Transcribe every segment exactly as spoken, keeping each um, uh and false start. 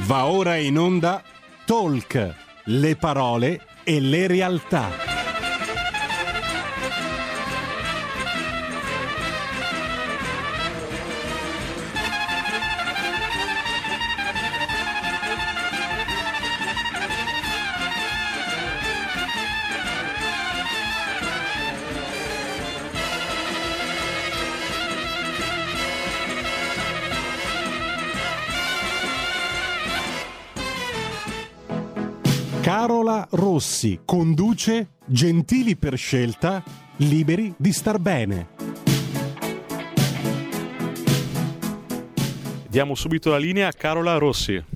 Va ora in onda Talk, le parole e le realtà. Carola Rossi conduce Gentili per scelta, liberi di star bene. Diamo subito la linea a Carola Rossi.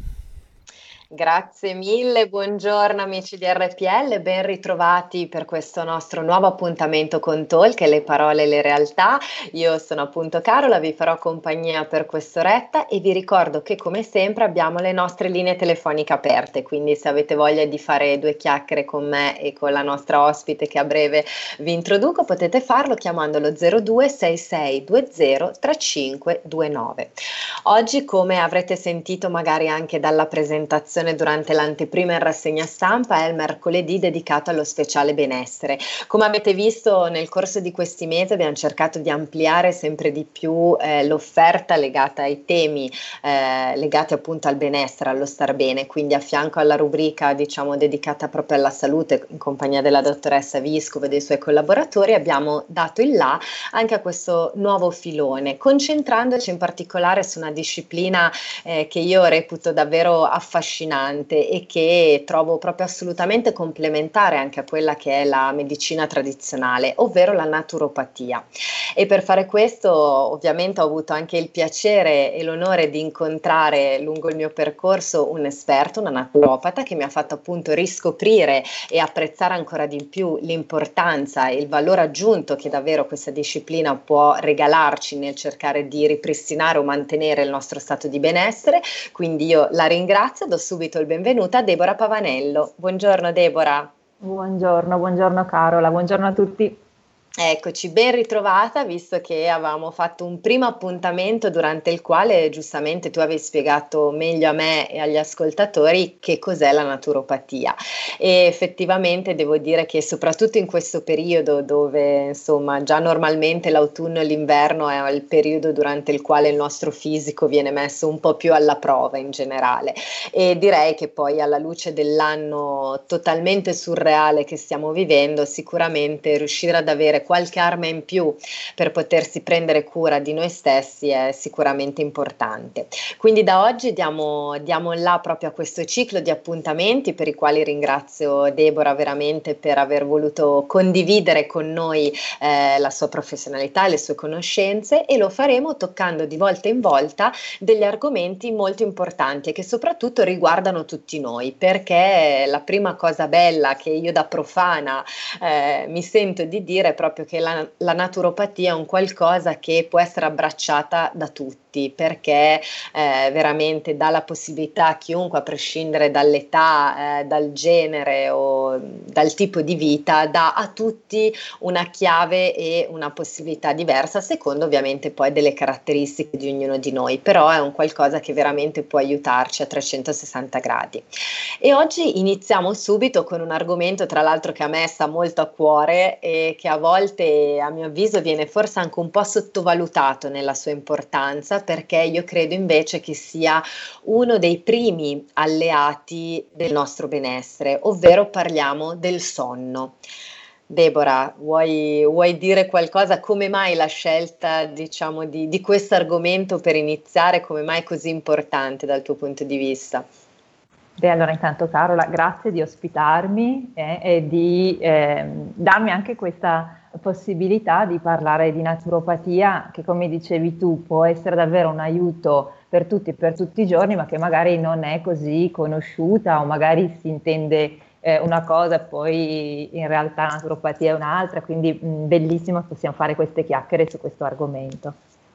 Grazie mille, buongiorno amici di R P L, ben ritrovati per questo nostro nuovo appuntamento con Talk, le parole e le realtà. Io sono appunto Carola, vi farò compagnia per quest'oretta e vi ricordo che come sempre abbiamo le nostre linee telefoniche aperte, quindi se avete voglia di fare due chiacchiere con me e con la nostra ospite che a breve vi introduco, potete farlo chiamando lo zero due sei sei due zero tre cinque due nove. Oggi, come avrete sentito magari anche dalla presentazione durante l'anteprima in rassegna stampa, è il mercoledì dedicato allo speciale benessere. Come avete visto nel corso di questi mesi abbiamo cercato di ampliare sempre di più eh, l'offerta legata ai temi eh, legati appunto al benessere, allo star bene, quindi a fianco alla rubrica diciamo dedicata proprio alla salute in compagnia della dottoressa Viscovo e dei suoi collaboratori abbiamo dato il là anche a questo nuovo filone, concentrandoci in particolare su una disciplina eh, che io reputo davvero affascinante e che trovo proprio assolutamente complementare anche a quella che è la medicina tradizionale, ovvero la naturopatia. E per fare questo ovviamente ho avuto anche il piacere e l'onore di incontrare lungo il mio percorso un esperto, una naturopata che mi ha fatto appunto riscoprire e apprezzare ancora di più l'importanza e il valore aggiunto che davvero questa disciplina può regalarci nel cercare di ripristinare o mantenere il nostro stato di benessere. Quindi io la ringrazio, do subito il benvenuto a Deborah Pavanello. Buongiorno Deborah. Buongiorno, buongiorno Carola, buongiorno a tutti. Eccoci, ben ritrovata, visto che avevamo fatto un primo appuntamento durante il quale giustamente tu avevi spiegato meglio a me e agli ascoltatori che cos'è la naturopatia. E effettivamente devo dire che soprattutto in questo periodo dove insomma già normalmente l'autunno e l'inverno è il periodo durante il quale il nostro fisico viene messo un po' più alla prova in generale, e direi che poi alla luce dell'anno totalmente surreale che stiamo vivendo sicuramente riuscire ad avere qualche arma in più per potersi prendere cura di noi stessi è sicuramente importante. Quindi da oggi diamo, diamo là proprio a questo ciclo di appuntamenti per i quali ringrazio Deborah veramente per aver voluto condividere con noi eh, la sua professionalità e le sue conoscenze, e lo faremo toccando di volta in volta degli argomenti molto importanti e che soprattutto riguardano tutti noi, perché la prima cosa bella che io da profana eh, mi sento di dire è proprio che la, la naturopatia è un qualcosa che può essere abbracciata da tutti, perché eh, veramente dà la possibilità a chiunque, a prescindere dall'età, eh, dal genere o dal tipo di vita, dà a tutti una chiave e una possibilità diversa, secondo ovviamente poi delle caratteristiche di ognuno di noi, però è un qualcosa che veramente può aiutarci a trecentosessanta gradi. E oggi iniziamo subito con un argomento tra l'altro che a me sta molto a cuore e che a volte a mio avviso viene forse anche un po' sottovalutato nella sua importanza, perché io credo invece che sia uno dei primi alleati del nostro benessere, ovvero parliamo del sonno. Deborah, vuoi, vuoi dire qualcosa? Come mai la scelta, diciamo, di, di questo argomento per iniziare? Come mai è così importante dal tuo punto di vista? Beh, allora intanto Carola, grazie di ospitarmi eh, e di eh, darmi anche questa possibilità di parlare di naturopatia che, come dicevi tu, può essere davvero un aiuto per tutti e per tutti i giorni, ma che magari non è così conosciuta o magari si intende eh, una cosa e poi in realtà la naturopatia è un'altra, quindi mh, bellissimo, possiamo fare queste chiacchiere su questo argomento.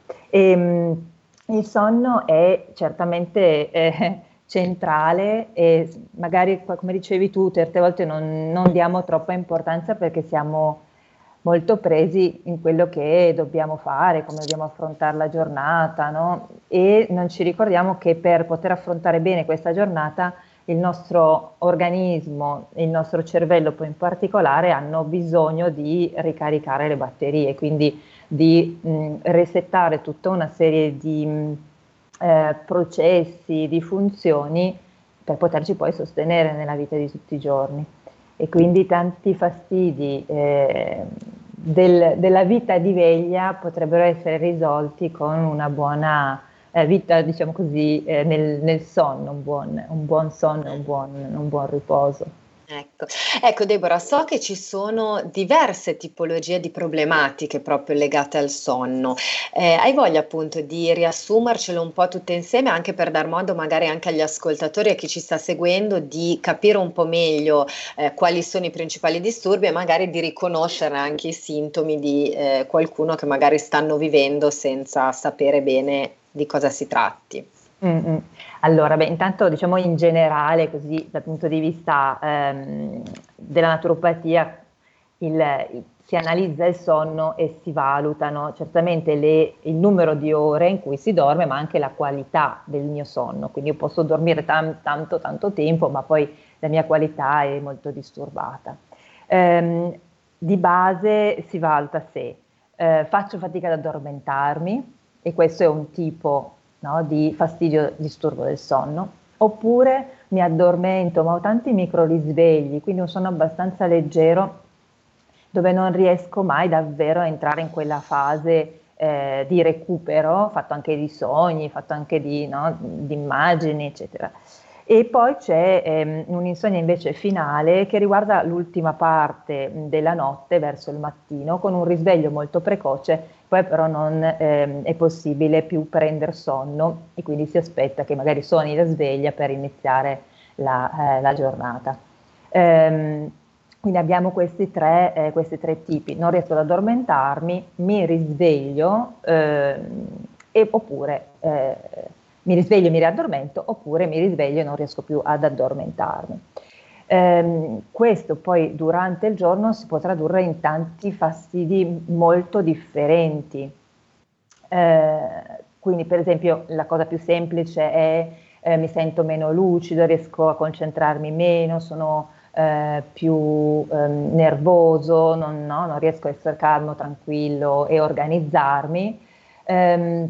E, mh, il sonno è certamente eh, centrale e magari, come dicevi tu, certe volte non, non diamo troppa importanza perché siamo molto presi in quello che dobbiamo fare, come dobbiamo affrontare la giornata, no? E non ci ricordiamo che per poter affrontare bene questa giornata il nostro organismo, il nostro cervello poi in particolare hanno bisogno di ricaricare le batterie, quindi di mh, resettare tutta una serie di mh, eh, processi, di funzioni per poterci poi sostenere nella vita di tutti i giorni. E quindi tanti fastidi eh, del, della vita di veglia potrebbero essere risolti con una buona eh, vita, diciamo così, eh, nel, nel sonno, un buon, un buon sonno, un buon, un buon riposo. Ecco. Ecco Deborah, so che ci sono diverse tipologie di problematiche proprio legate al sonno. Eh, hai voglia appunto di riassumercelo un po' tutte insieme, anche per dar modo magari anche agli ascoltatori e a chi ci sta seguendo di capire un po' meglio eh, quali sono i principali disturbi e magari di riconoscere anche i sintomi di eh, qualcuno che magari stanno vivendo senza sapere bene di cosa si tratti. Mm-hmm. Allora, beh, intanto diciamo in generale, così dal punto di vista ehm, della naturopatia, il, il, si analizza il sonno e si valutano certamente le, il numero di ore in cui si dorme, ma anche la qualità del mio sonno. Quindi io posso dormire tam, tanto tanto tempo, ma poi la mia qualità è molto disturbata. Ehm, di base si valuta se eh, faccio fatica ad addormentarmi, e questo è un tipo, no, di fastidio, disturbo del sonno, oppure mi addormento ma ho tanti micro risvegli, quindi un sonno abbastanza leggero dove non riesco mai davvero a entrare in quella fase eh, di recupero, fatto anche di sogni, fatto anche di, no, di immagini, eccetera. E poi c'è ehm, un'insonnia invece finale che riguarda l'ultima parte della notte verso il mattino, con un risveglio molto precoce, poi però non ehm, è possibile più prendere sonno e quindi si aspetta che magari suoni la sveglia per iniziare la, eh, la giornata. Ehm, quindi abbiamo questi tre, eh, questi tre tipi: non riesco ad addormentarmi, mi risveglio ehm, e, oppure eh, mi risveglio e mi riaddormento, oppure mi risveglio e non riesco più ad addormentarmi. Eh, questo poi durante il giorno si può tradurre in tanti fastidi molto differenti. Eh, quindi per esempio la cosa più semplice è eh, mi sento meno lucido, riesco a concentrarmi meno, sono eh, più eh, nervoso, non, no, non riesco a essere calmo, tranquillo e organizzarmi. Eh,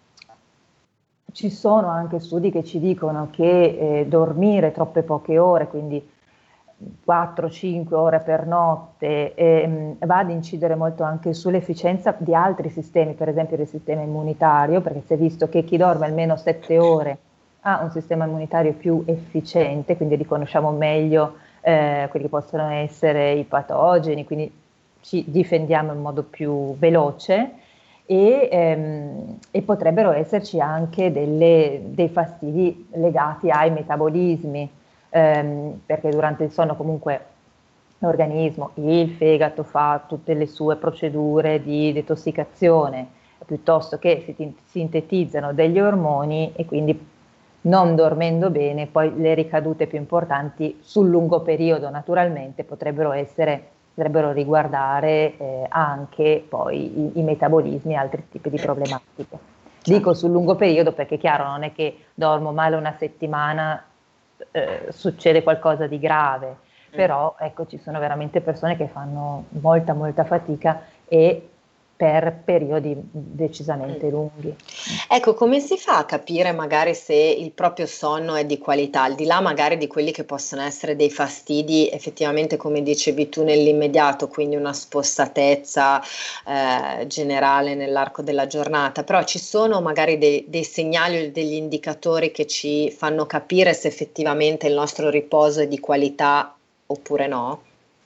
Ci sono anche studi che ci dicono che eh, dormire troppe poche ore, quindi quattro cinque ore per notte, eh, va ad incidere molto anche sull'efficienza di altri sistemi, per esempio il sistema immunitario, perché si è visto che chi dorme almeno sette ore ha un sistema immunitario più efficiente, quindi riconosciamo meglio eh, quelli che possono essere i patogeni, quindi ci difendiamo in modo più veloce. E, ehm, e potrebbero esserci anche delle, dei fastidi legati ai metabolismi, ehm, perché durante il sonno comunque l'organismo, il fegato fa tutte le sue procedure di detossicazione, piuttosto che si sintetizzano degli ormoni, e quindi non dormendo bene poi le ricadute più importanti sul lungo periodo naturalmente potrebbero essere potrebbero riguardare eh, anche poi i, i metabolismi e altri tipi di problematiche. Dico sul lungo periodo perché chiaro non è che dormo male una settimana, eh, succede qualcosa di grave, però ecco ci sono veramente persone che fanno molta molta fatica e per periodi decisamente lunghi. Ecco, come si fa a capire magari se il proprio sonno è di qualità, al di là magari di quelli che possono essere dei fastidi effettivamente, come dicevi tu, nell'immediato, quindi una spossatezza eh, generale nell'arco della giornata, però ci sono magari dei, dei segnali o degli indicatori che ci fanno capire se effettivamente il nostro riposo è di qualità oppure no?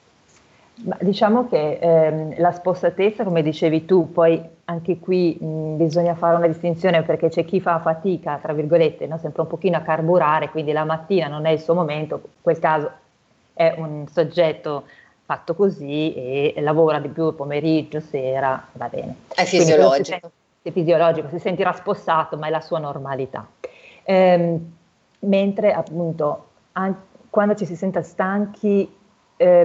Ma diciamo che ehm, la spossatezza, come dicevi tu, poi anche qui mh, bisogna fare una distinzione, perché c'è chi fa fatica, tra virgolette, no? Sempre un pochino a carburare, quindi la mattina non è il suo momento, in quel caso è un soggetto fatto così e lavora di più pomeriggio, sera, va bene. È fisiologico. Si sente, è fisiologico, si sentirà spossato, ma è la sua normalità. Ehm, mentre appunto an- quando ci si sente stanchi, ehm,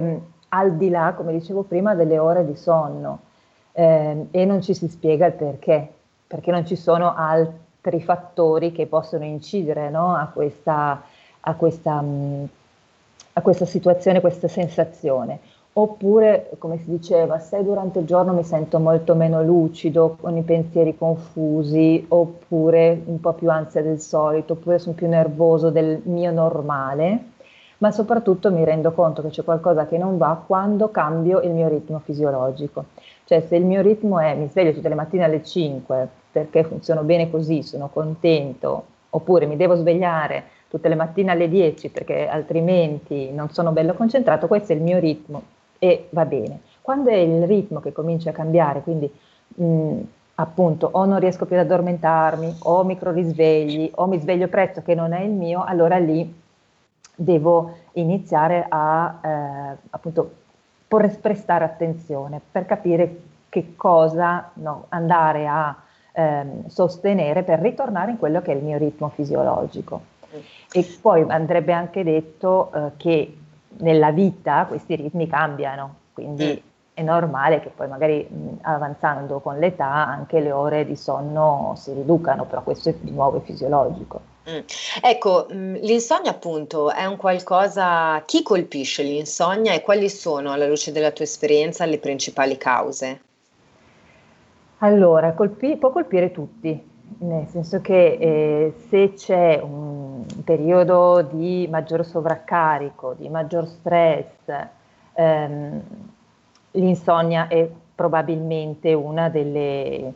al di là, come dicevo prima, delle ore di sonno, eh, e non ci si spiega il perché, perché non ci sono altri fattori che possono incidere, no, a questa, a questa, mh, a questa situazione, questa sensazione. Oppure, come si diceva, se durante il giorno mi sento molto meno lucido, con i pensieri confusi, oppure un po' più ansia del solito, oppure sono più nervoso del mio normale, ma soprattutto mi rendo conto che c'è qualcosa che non va quando cambio il mio ritmo fisiologico. Cioè, se il mio ritmo è mi sveglio tutte le mattine alle cinque perché funziono bene così, sono contento, oppure mi devo svegliare tutte le mattine alle dieci perché altrimenti non sono bello concentrato, questo è il mio ritmo e va bene. Quando è il ritmo che comincia a cambiare, quindi mh, appunto o non riesco più ad addormentarmi, o micro risvegli, o mi sveglio presto che non è il mio, allora lì devo iniziare a eh, appunto porre, prestare attenzione per capire che cosa no, andare a ehm, sostenere per ritornare in quello che è il mio ritmo fisiologico. E poi andrebbe anche detto eh, che nella vita questi ritmi cambiano, quindi è normale che poi magari mh, avanzando con l'età anche le ore di sonno si riducano, però questo è di nuovo è fisiologico. Mm. Ecco, mh, l'insonnia appunto è un qualcosa, chi colpisce l'insonnia e quali sono, alla luce della tua esperienza, le principali cause? Allora, colpi- può colpire tutti, nel senso che eh, se c'è un periodo di maggior sovraccarico, di maggior stress, ehm, l'insonnia è probabilmente una delle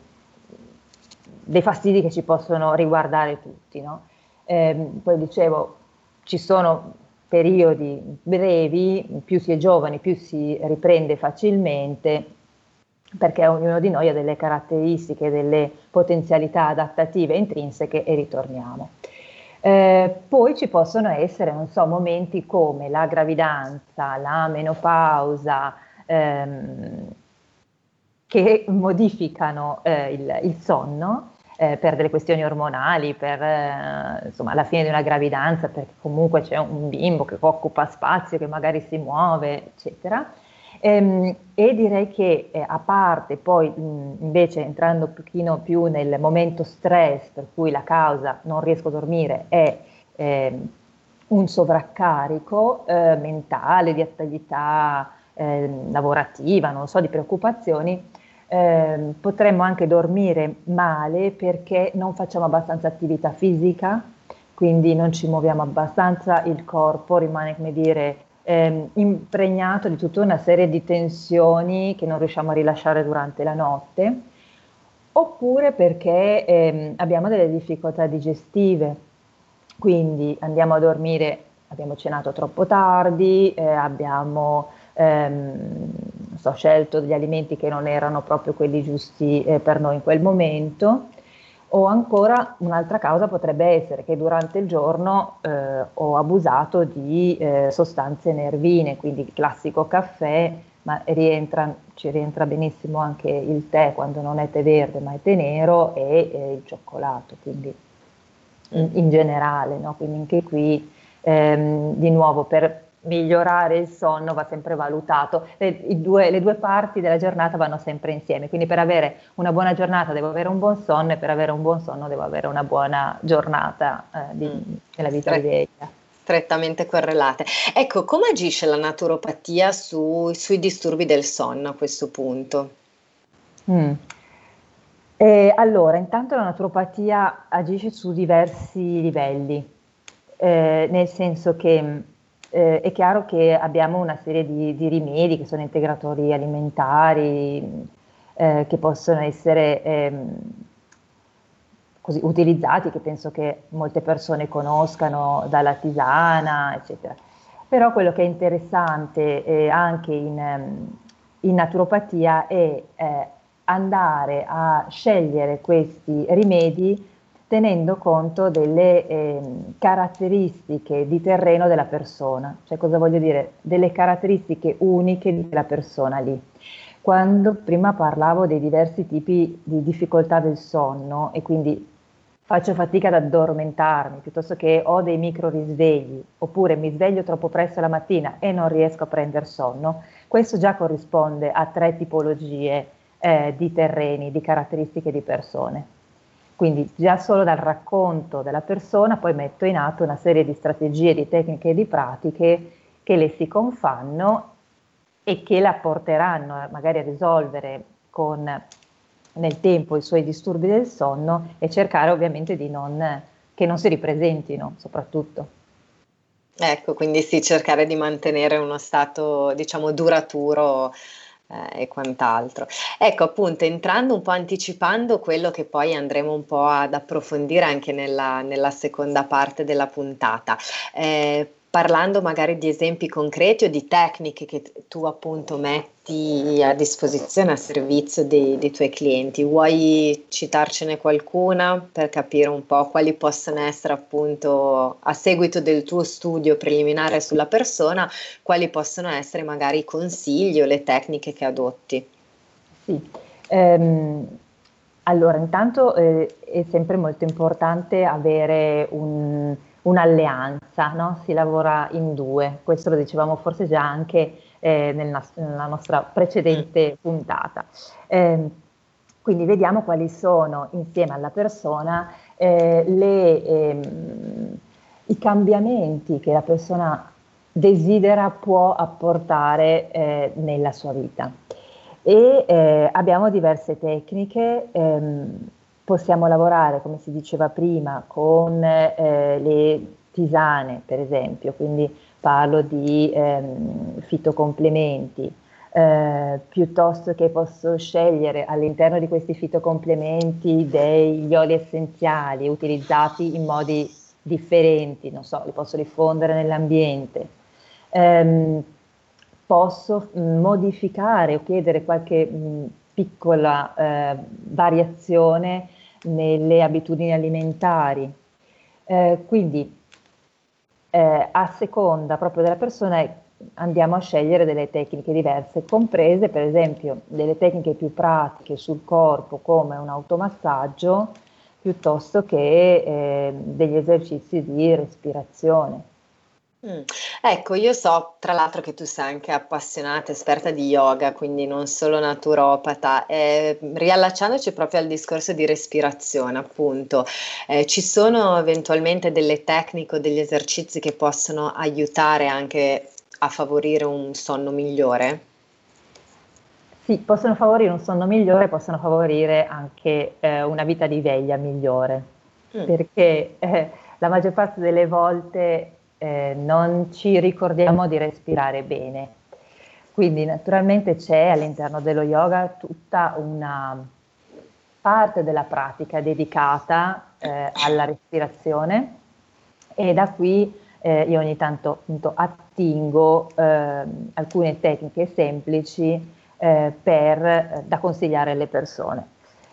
dei fastidi che ci possono riguardare tutti, no? Ehm, poi dicevo, ci sono periodi brevi, più si è giovani, più si riprende facilmente, perché ognuno di noi ha delle caratteristiche, delle potenzialità adattative intrinseche e ritorniamo. Eh, poi ci possono essere, non so, momenti come la gravidanza, la menopausa, ehm, che modificano eh, il, il sonno eh, per delle questioni ormonali, per eh, insomma, la fine di una gravidanza, perché comunque c'è un bimbo che occupa spazio, che magari si muove, eccetera. Ehm, e direi che eh, a parte poi mh, invece entrando un pochino più nel momento stress, per cui la causa non riesco a dormire è ehm, un sovraccarico eh, mentale, di attività eh, lavorativa, non so, di preoccupazioni, eh, potremmo anche dormire male perché non facciamo abbastanza attività fisica, quindi non ci muoviamo abbastanza, il corpo rimane, come dire, ehm, impregnato di tutta una serie di tensioni che non riusciamo a rilasciare durante la notte, oppure perché ehm, abbiamo delle difficoltà digestive, quindi andiamo a dormire, abbiamo cenato troppo tardi, eh, abbiamo ehm, so, scelto degli alimenti che non erano proprio quelli giusti eh, per noi in quel momento, o ancora un'altra causa potrebbe essere che durante il giorno eh, ho abusato di eh, sostanze nervine, quindi il classico caffè, ma rientra, ci rientra benissimo anche il tè quando non è tè verde ma è tè nero e eh, il cioccolato, quindi in, in generale, no? Quindi anche qui ehm, di nuovo per migliorare il sonno va sempre valutato, le, i due, le due parti della giornata vanno sempre insieme, quindi per avere una buona giornata devo avere un buon sonno e per avere un buon sonno devo avere una buona giornata eh, di, mm. nella vita Stre- di veglia. Strettamente correlate. Ecco, come agisce la naturopatia su, sui disturbi del sonno a questo punto? Mm. Eh, allora, intanto la naturopatia agisce su diversi livelli, eh, nel senso che eh, è chiaro che abbiamo una serie di, di rimedi che sono integratori alimentari, eh, che possono essere ehm, così utilizzati, che penso che molte persone conoscano, dalla tisana, eccetera. Però quello che è interessante eh, anche in, ehm, in naturopatia è eh, andare a scegliere questi rimedi tenendo conto delle eh, caratteristiche di terreno della persona, cioè cosa voglio dire? Delle caratteristiche uniche della persona lì. Quando prima parlavo dei diversi tipi di difficoltà del sonno e quindi faccio fatica ad addormentarmi, piuttosto che ho dei micro risvegli, oppure mi sveglio troppo presto la mattina e non riesco a prendere sonno, questo già corrisponde a tre tipologie eh, di terreni, di caratteristiche di persone. Quindi già solo dal racconto della persona poi metto in atto una serie di strategie, di tecniche e di pratiche che le si confanno e che la porteranno magari a risolvere con nel tempo i suoi disturbi del sonno e cercare ovviamente di non, che non si ripresentino soprattutto. Ecco, quindi sì, cercare di mantenere uno stato, diciamo, duraturo eh, e quant'altro. Ecco, appunto, entrando un po', anticipando quello che poi andremo un po' ad approfondire anche nella, nella seconda parte della puntata. Eh, Parlando magari di esempi concreti o di tecniche che t- tu appunto metti a disposizione, a servizio dei, dei tuoi clienti, vuoi citarcene qualcuna per capire un po' quali possono essere appunto a seguito del tuo studio preliminare sulla persona, quali possono essere magari i consigli o le tecniche che adotti? Sì, ehm, allora intanto eh, è sempre molto importante avere un un'alleanza, no? Si lavora in due, questo lo dicevamo forse già anche eh, nel nas- nella nostra precedente puntata. Eh, quindi vediamo quali sono insieme alla persona eh, le, ehm, i cambiamenti che la persona desidera, può apportare eh, nella sua vita. E eh, abbiamo diverse tecniche. Ehm, Possiamo lavorare, come si diceva prima, con eh, le tisane, per esempio, quindi parlo di ehm, fitocomplementi, eh, piuttosto che posso scegliere all'interno di questi fitocomplementi degli oli essenziali utilizzati in modi differenti, non so, li posso diffondere nell'ambiente. Ehm, Posso mh, modificare o chiedere qualche mh, piccola eh, variazione nelle abitudini alimentari. Eh, quindi eh, a seconda proprio della persona andiamo a scegliere delle tecniche diverse, comprese per esempio delle tecniche più pratiche sul corpo come un automassaggio piuttosto che eh, degli esercizi di respirazione. Mm. Ecco, io so tra l'altro che tu sei anche appassionata, esperta di yoga, quindi non solo naturopata. Eh, riallacciandoci proprio al discorso di respirazione, appunto, eh, ci sono eventualmente delle tecniche o degli esercizi che possono aiutare anche a favorire un sonno migliore? Sì, possono favorire un sonno migliore, possono favorire anche eh, una vita di veglia migliore, Mm. perché eh, la maggior parte delle volte eh, non ci ricordiamo di respirare bene. Quindi naturalmente c'è all'interno dello yoga tutta una parte della pratica dedicata eh, alla respirazione e da qui eh, io ogni tanto appunto attingo eh, alcune tecniche semplici eh, per, eh, da consigliare alle persone.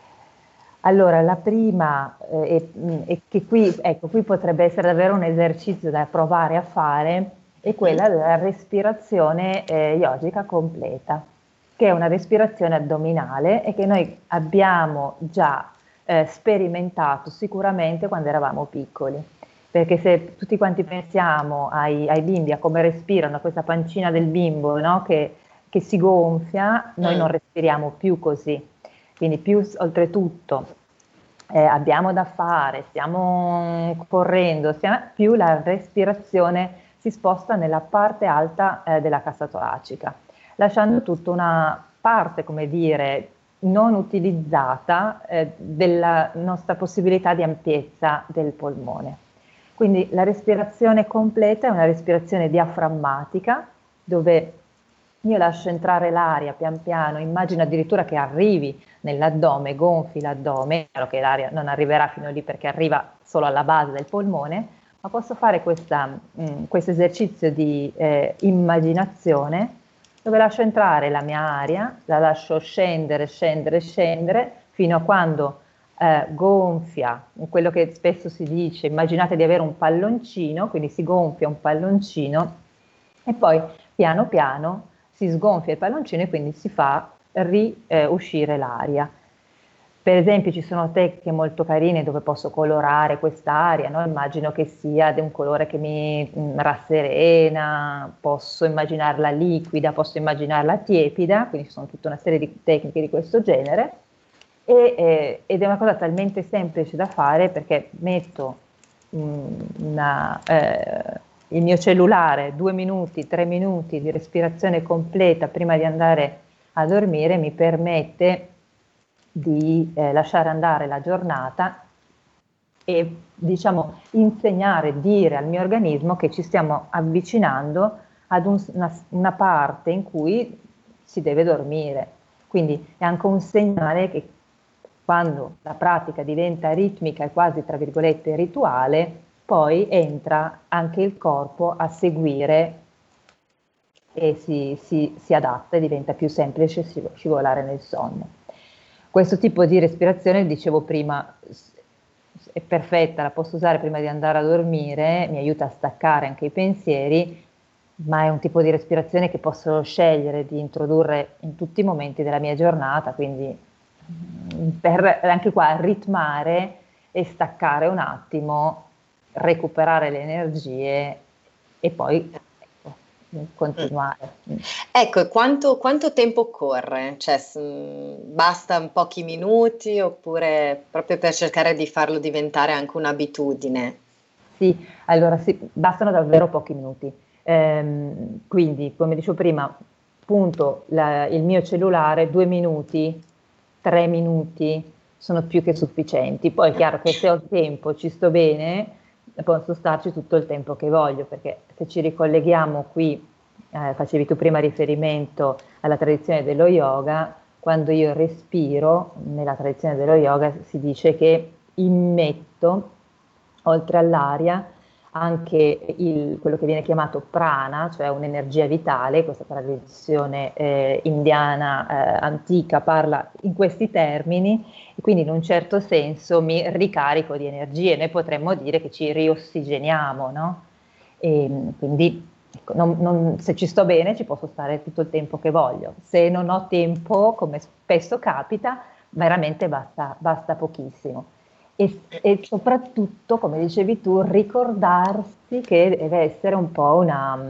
Allora, la prima, eh, e, e che qui, ecco, qui potrebbe essere davvero un esercizio da provare a fare, è quella della respirazione eh, yogica completa, che è una respirazione addominale e che noi abbiamo già eh, sperimentato sicuramente quando eravamo piccoli. Perché se tutti quanti pensiamo ai, ai bimbi, a come respirano, a questa pancina del bimbo, no? che, che si gonfia, noi non Mm. respiriamo più così. Quindi più oltretutto eh, abbiamo da fare, stiamo correndo, stiamo, più la respirazione si sposta nella parte alta eh, della cassa toracica, lasciando tutta una parte, come dire, non utilizzata eh, della nostra possibilità di ampiezza del polmone. Quindi la respirazione completa è una respirazione diaframmatica, dove io lascio entrare l'aria pian piano, immagino addirittura che arrivi nell'addome, gonfi l'addome, è chiaro che l'aria non arriverà fino lì perché arriva solo alla base del polmone, ma posso fare questo esercizio di eh, immaginazione dove lascio entrare la mia aria, la lascio scendere, scendere, scendere, fino a quando eh, gonfia, quello che spesso si dice, immaginate di avere un palloncino, quindi si gonfia un palloncino e poi piano piano si sgonfia il palloncino e quindi si fa riuscire eh, l'aria. Per esempio ci sono tecniche molto carine dove posso colorare quest'area, no? Immagino che sia di un colore che mi mh, rasserena, posso immaginarla liquida, posso immaginarla tiepida, quindi ci sono tutta una serie di tecniche di questo genere e, eh, ed è una cosa talmente semplice da fare perché metto mh, una, eh, il mio cellulare, due minuti, tre minuti di respirazione completa prima di andare a dormire, mi permette di eh, lasciare andare la giornata e diciamo insegnare, dire al mio organismo che ci stiamo avvicinando ad un, una, una parte in cui si deve dormire. Quindi è anche un segnale che quando la pratica diventa ritmica e quasi tra virgolette rituale, poi entra anche il corpo a seguire e si, si, si adatta e diventa più semplice scivolare nel sonno. Questo tipo di respirazione, dicevo prima, è perfetta, la posso usare prima di andare a dormire, mi aiuta a staccare anche i pensieri, ma è un tipo di respirazione che posso scegliere di introdurre in tutti i momenti della mia giornata, quindi per anche qua ritmare e staccare un attimo, recuperare le energie e poi continuare. Mm. Ecco, e quanto, quanto tempo occorre? Cioè, s- basta pochi minuti oppure proprio per cercare di farlo diventare anche un'abitudine? Sì, allora sì, bastano davvero pochi minuti. Ehm, quindi, come dicevo prima, punto la, il mio cellulare, due minuti, tre minuti sono più che sufficienti. Poi è chiaro che se ho tempo, ci sto bene, posso starci tutto il tempo che voglio, perché se ci ricolleghiamo qui, eh, facevi tu prima riferimento alla tradizione dello yoga, quando io respiro, nella tradizione dello yoga si dice che immetto, oltre all'aria, anche il, quello che viene chiamato prana, cioè un'energia vitale. Questa tradizione eh, indiana eh, antica parla in questi termini e quindi in un certo senso mi ricarico di energie. Noi potremmo dire che ci riossigeniamo, no? E quindi ecco, non, non, se ci sto bene ci posso stare tutto il tempo che voglio. Se non ho tempo, come spesso capita, veramente basta, basta pochissimo. E, e soprattutto, come dicevi tu, ricordarsi che deve essere un po' una,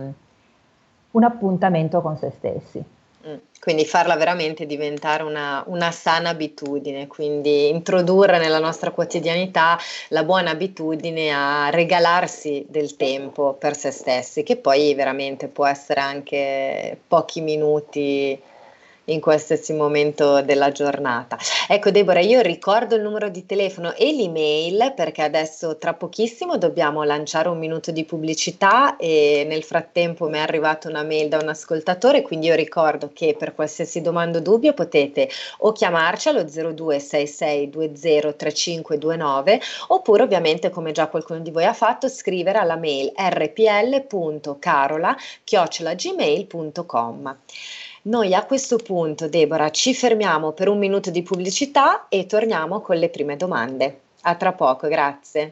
un appuntamento con se stessi. Mm, Quindi farla veramente diventare una, una sana abitudine, quindi introdurre nella nostra quotidianità la buona abitudine a regalarsi del tempo per se stessi, che poi veramente può essere anche pochi minuti in qualsiasi momento della giornata. Ecco Deborah, io ricordo il numero di telefono e l'email perché adesso tra pochissimo dobbiamo lanciare un minuto di pubblicità e nel frattempo mi è arrivata una mail da un ascoltatore, quindi io ricordo che per qualsiasi domanda o dubbio potete o chiamarci allo zero due sei sei due zero tre cinque due nove oppure ovviamente, come già qualcuno di voi ha fatto, scrivere alla mail r p l punto carola chiocciola gmail punto com. Noi a questo punto, Deborah, ci fermiamo per un minuto di pubblicità e torniamo con le prime domande. A tra poco, grazie.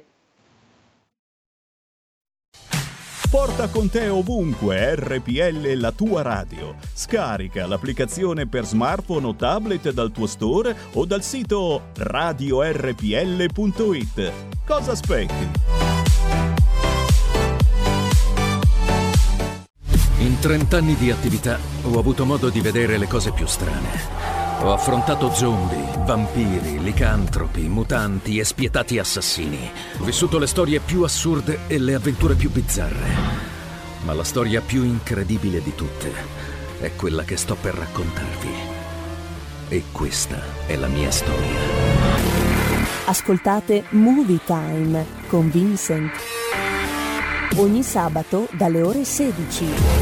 Porta con te ovunque R P L, la tua radio. Scarica l'applicazione per smartphone o tablet dal tuo store o dal sito radio r p l punto i t. Cosa aspetti? In trent'anni di attività ho avuto modo di vedere le cose più strane. Ho affrontato zombie, vampiri, licantropi, mutanti e spietati assassini. Ho vissuto le storie più assurde e le avventure più bizzarre. Ma la storia più incredibile di tutte è quella che sto per raccontarvi. E questa è la mia storia. Ascoltate Movie Time con Vincent. Ogni sabato dalle ore sedici.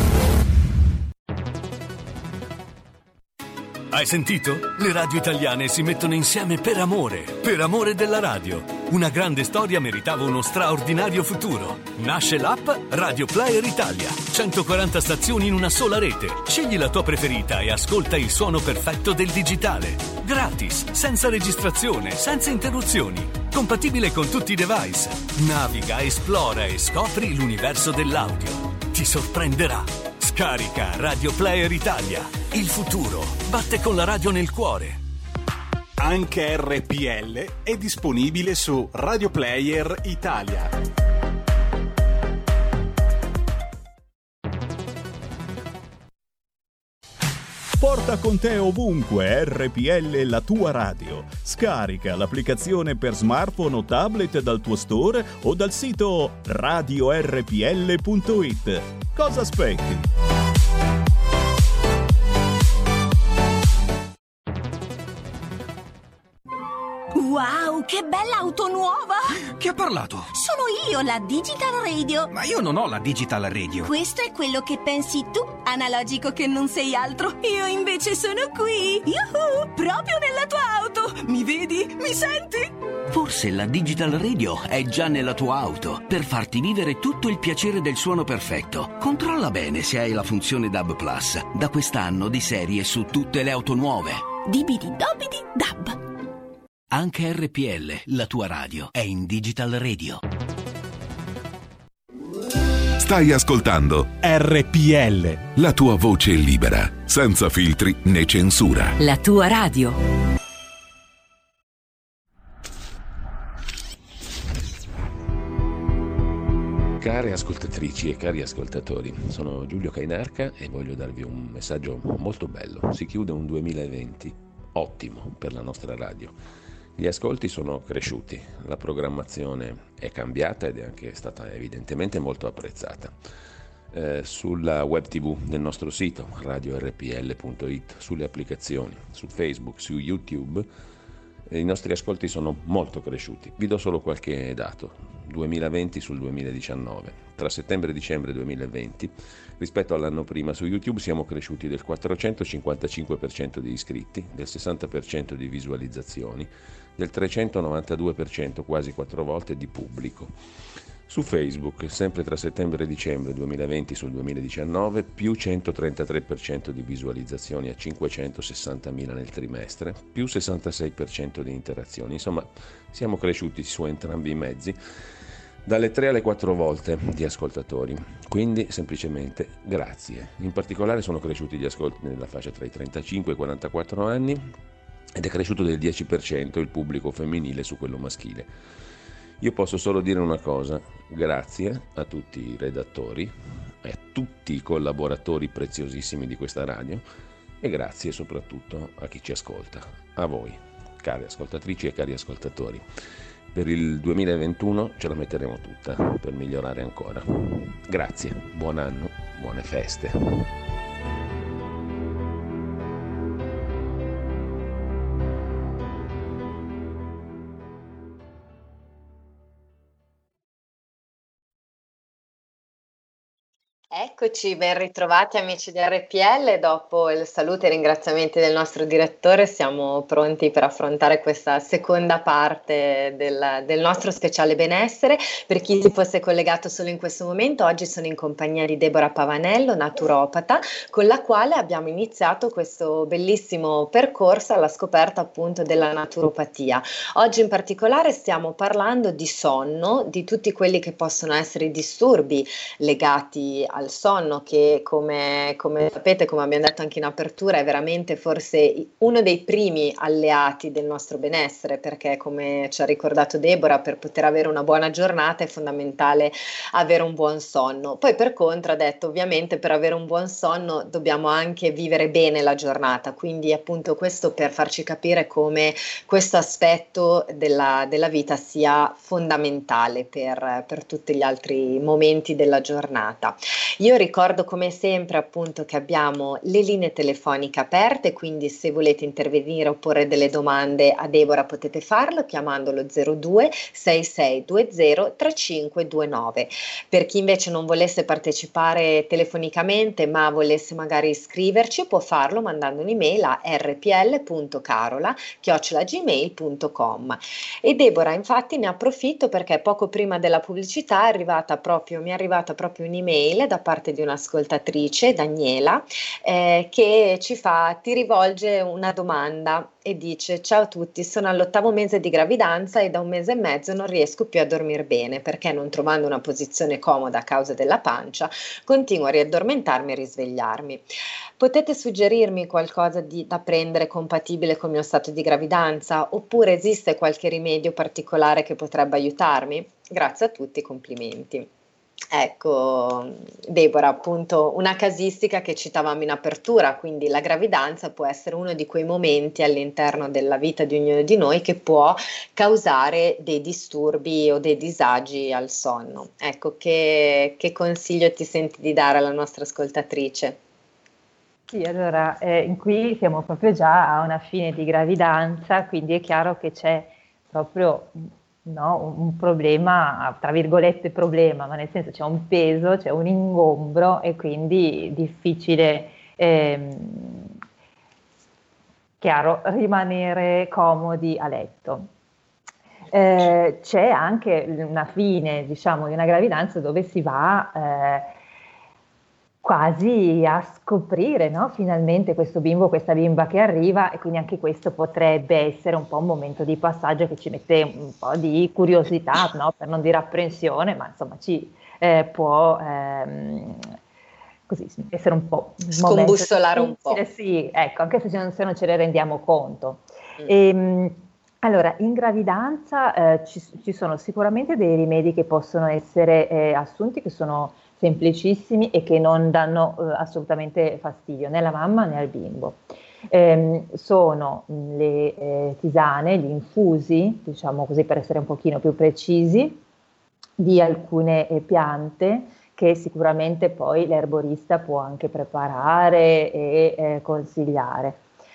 Hai sentito? Le radio italiane si mettono insieme per amore, per amore della radio. Una grande storia meritava uno straordinario futuro. Nasce l'app Radio Player Italia. centoquaranta stazioni in una sola rete. Scegli la tua preferita e ascolta il suono perfetto del digitale. Gratis, senza registrazione, senza interruzioni. Compatibile con tutti i device. Naviga, esplora e scopri l'universo dell'audio. Ti sorprenderà. Scarica Radio Player Italia. Il futuro batte con la radio nel cuore. Anche R P L è disponibile su Radio Player Italia. Porta con te ovunque R P L, la tua radio. Scarica l'applicazione per smartphone o tablet dal tuo store o dal sito radio r p l punto i t. Cosa aspetti? Wow, che bella auto nuova! Chi ha parlato? Sono io, la Digital Radio. Ma io non ho la Digital Radio. Questo è quello che pensi tu, analogico che non sei altro. Io invece sono qui, yuhu, proprio nella tua auto. Mi vedi? Mi senti? Forse la Digital Radio è già nella tua auto per farti vivere tutto il piacere del suono perfetto. Controlla bene se hai la funzione D A B Plus. Da quest'anno di serie su tutte le auto nuove. Dibidi dobidi dab. Anche R P L, la tua radio, è in Digital Radio. Stai ascoltando R P L, la tua voce libera, senza filtri né censura. La tua radio. Care ascoltatrici e cari ascoltatori, sono Giulio Cainarca e voglio darvi un messaggio molto bello. Si chiude un duemilaventi ottimo per la nostra radio. Gli ascolti sono cresciuti, la programmazione è cambiata ed è anche stata evidentemente molto apprezzata. Eh, sulla web tv del nostro sito radio r p l punto i t, sulle applicazioni, su Facebook, su YouTube, eh, i nostri ascolti sono molto cresciuti. Vi do solo qualche dato: duemilaventi sul duemiladiciannove. Tra settembre e dicembre duemilaventi, rispetto all'anno prima, su YouTube siamo cresciuti del quattrocentocinquantacinque per cento di iscritti, del sessanta per cento di visualizzazioni, del trecentonovantadue per cento, quasi quattro volte, di pubblico. Su Facebook, sempre tra settembre e dicembre duemilaventi sul duemiladiciannove, più centotrentatré per cento di visualizzazioni a cinquecentosessantamila nel trimestre, più sessantasei per cento di interazioni. Insomma, siamo cresciuti su entrambi i mezzi, dalle tre alle quattro volte di ascoltatori. Quindi semplicemente grazie. In particolare sono cresciuti gli ascolti nella fascia tra i trentacinque e i quarantaquattro anni ed è cresciuto del dieci per cento il pubblico femminile su quello maschile. Io posso solo dire una cosa: grazie a tutti i redattori e a tutti i collaboratori preziosissimi di questa radio, e grazie soprattutto a chi ci ascolta, a voi, cari ascoltatrici e cari ascoltatori. Per il duemilaventuno ce la metteremo tutta per migliorare ancora. Grazie, buon anno, buone feste. Eccoci, ben ritrovati amici di R P L. Dopo il saluto e i ringraziamenti del nostro direttore siamo pronti per affrontare questa seconda parte del, del nostro speciale benessere. Per chi si fosse collegato solo in questo momento, oggi sono in compagnia di Deborah Pavanello, naturopata, con la quale abbiamo iniziato questo bellissimo percorso alla scoperta appunto della naturopatia. Oggi in particolare stiamo parlando di sonno, di tutti quelli che possono essere i disturbi legati al sonno, che come, come sapete, come abbiamo detto anche in apertura, è veramente forse uno dei primi alleati del nostro benessere, perché come ci ha ricordato Deborah, per poter avere una buona giornata è fondamentale avere un buon sonno. Poi per contro ha detto, ovviamente per avere un buon sonno dobbiamo anche vivere bene la giornata, quindi appunto questo per farci capire come questo aspetto della, della vita sia fondamentale per, per tutti gli altri momenti della giornata. Io ricordo come sempre appunto che abbiamo le linee telefoniche aperte, quindi se volete intervenire o porre delle domande a Deborah potete farlo chiamando lo zero due sei sei due zero tre cinque due nove. Per chi invece non volesse partecipare telefonicamente ma volesse magari iscriverci, può farlo mandando un'email a r p l punto carola chiocciola gmail punto com. E Deborah, infatti ne approfitto perché poco prima della pubblicità è arrivata proprio, mi è arrivata proprio un'email da da parte di un'ascoltatrice, Daniela, eh, che ci fa, ti rivolge una domanda e dice: ciao a tutti, sono all'ottavo mese di gravidanza e da un mese e mezzo non riesco più a dormire bene perché, non trovando una posizione comoda a causa della pancia, continuo a riaddormentarmi e risvegliarmi. Potete suggerirmi qualcosa di, da prendere compatibile con il mio stato di gravidanza, oppure esiste qualche rimedio particolare che potrebbe aiutarmi? Grazie a tutti, complimenti. Ecco, Deborah, appunto una casistica che citavamo in apertura, quindi la gravidanza può essere uno di quei momenti all'interno della vita di ognuno di noi che può causare dei disturbi o dei disagi al sonno. Ecco, che, che consiglio ti senti di dare alla nostra ascoltatrice? Sì, allora, eh, qui siamo proprio già a una fine di gravidanza, quindi è chiaro che c'è proprio... No, un, un problema, tra virgolette problema, ma nel senso c'è un peso, c'è un ingombro e quindi difficile, ehm, chiaro, rimanere comodi a letto. Eh, c'è anche una fine, diciamo, di una gravidanza dove si va eh, quasi a scoprire, no? Finalmente questo bimbo, questa bimba che arriva, e quindi anche questo potrebbe essere un po' un momento di passaggio che ci mette un po' di curiosità, no? Per non dire apprensione, ma insomma ci eh, può ehm, così essere un po' scombussolare un po'. Sì, ecco, anche se non, se non ce ne rendiamo conto. Mm. E, allora, in gravidanza eh, ci, ci sono sicuramente dei rimedi che possono essere eh, assunti, che sono semplicissimi e che non danno eh, assolutamente fastidio né alla mamma né al bimbo. Eh, sono le eh, tisane, gli infusi, diciamo così per essere un pochino più precisi, di alcune eh, piante che sicuramente poi l'erborista può anche preparare e eh, consigliare.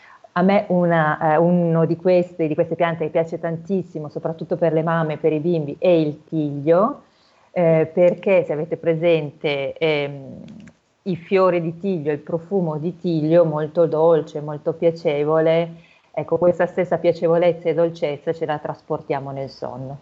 A me una, eh, uno di queste, di queste piante che piace tantissimo, soprattutto per le mamme e per i bimbi, è il tiglio. Eh, perché se avete presente ehm, i fiori di tiglio, il profumo di tiglio molto dolce, molto piacevole, ecco, questa stessa piacevolezza e dolcezza ce la trasportiamo nel sonno.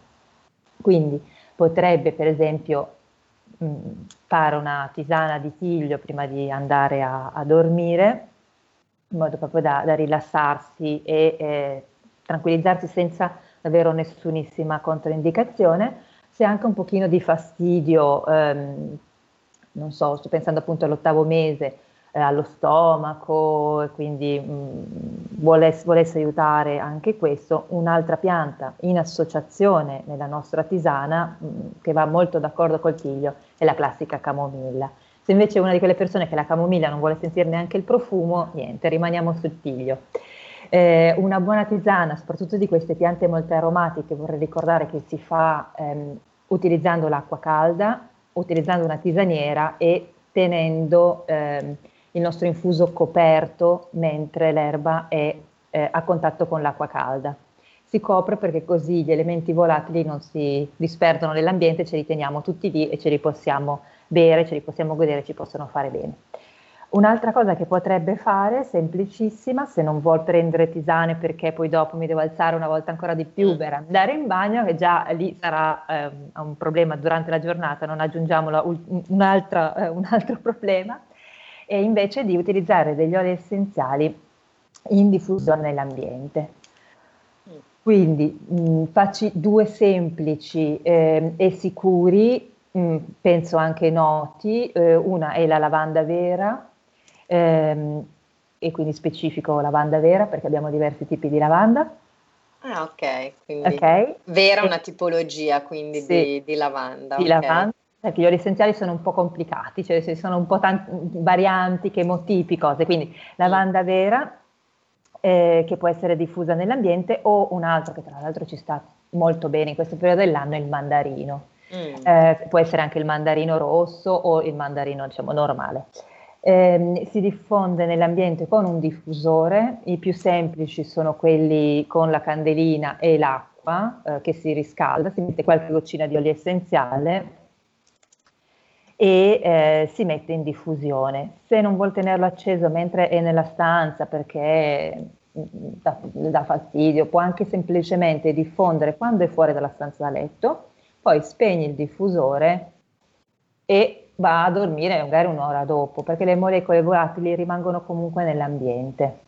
Quindi potrebbe per esempio mh, fare una tisana di tiglio prima di andare a, a dormire, in modo proprio da, da rilassarsi e eh, tranquillizzarsi senza davvero nessunissima controindicazione. Se anche un pochino di fastidio, ehm, non so, sto pensando appunto all'ottavo mese, eh, allo stomaco, e quindi mh, volesse, volesse aiutare anche questo, un'altra pianta in associazione nella nostra tisana, mh, che va molto d'accordo col tiglio, è la classica camomilla. Se invece è una di quelle persone che la camomilla non vuole sentire neanche il profumo, niente, rimaniamo sul tiglio. Eh, una buona tisana, soprattutto di queste piante molto aromatiche, vorrei ricordare che si fa ehm, utilizzando l'acqua calda, utilizzando una tisaniera e tenendo ehm, il nostro infuso coperto mentre l'erba è eh, a contatto con l'acqua calda. Si copre perché così gli elementi volatili non si disperdono nell'ambiente, ce li teniamo tutti lì e ce li possiamo bere, ce li possiamo godere, ci possono fare bene. Un'altra cosa che potrebbe fare, semplicissima, se non vuol prendere tisane perché poi dopo mi devo alzare una volta ancora di più per andare in bagno, che già lì sarà eh, un problema durante la giornata, non aggiungiamo la, un, un'altra, eh, un altro problema, e invece di utilizzare degli oli essenziali in diffusione nell'ambiente. Quindi mh, facci due semplici eh, e sicuri, mh, penso anche noti, eh, una è la lavanda vera, Ehm, e quindi specifico lavanda vera perché abbiamo diversi tipi di lavanda. Ah, ok, quindi okay. Vera una tipologia quindi sì, di, di lavanda. Di okay. lavanda, perché gli oli essenziali sono un po' complicati, cioè ci sono un po' tanti varianti, chemotipi, cose, quindi lavanda vera eh, che può essere diffusa nell'ambiente, o un altro che tra l'altro ci sta molto bene in questo periodo dell'anno è il mandarino. Mm. Eh, può essere anche il mandarino rosso o il mandarino, diciamo, normale. Eh, si diffonde nell'ambiente con un diffusore, i più semplici sono quelli con la candelina e l'acqua eh, che si riscalda, si mette qualche goccina di olio essenziale e eh, si mette in diffusione. Se non vuol tenerlo acceso mentre è nella stanza perché dà, dà fastidio, può anche semplicemente diffondere quando è fuori dalla stanza da letto, poi spegne il diffusore e va a dormire magari un'ora dopo, perché le molecole volatili rimangono comunque nell'ambiente.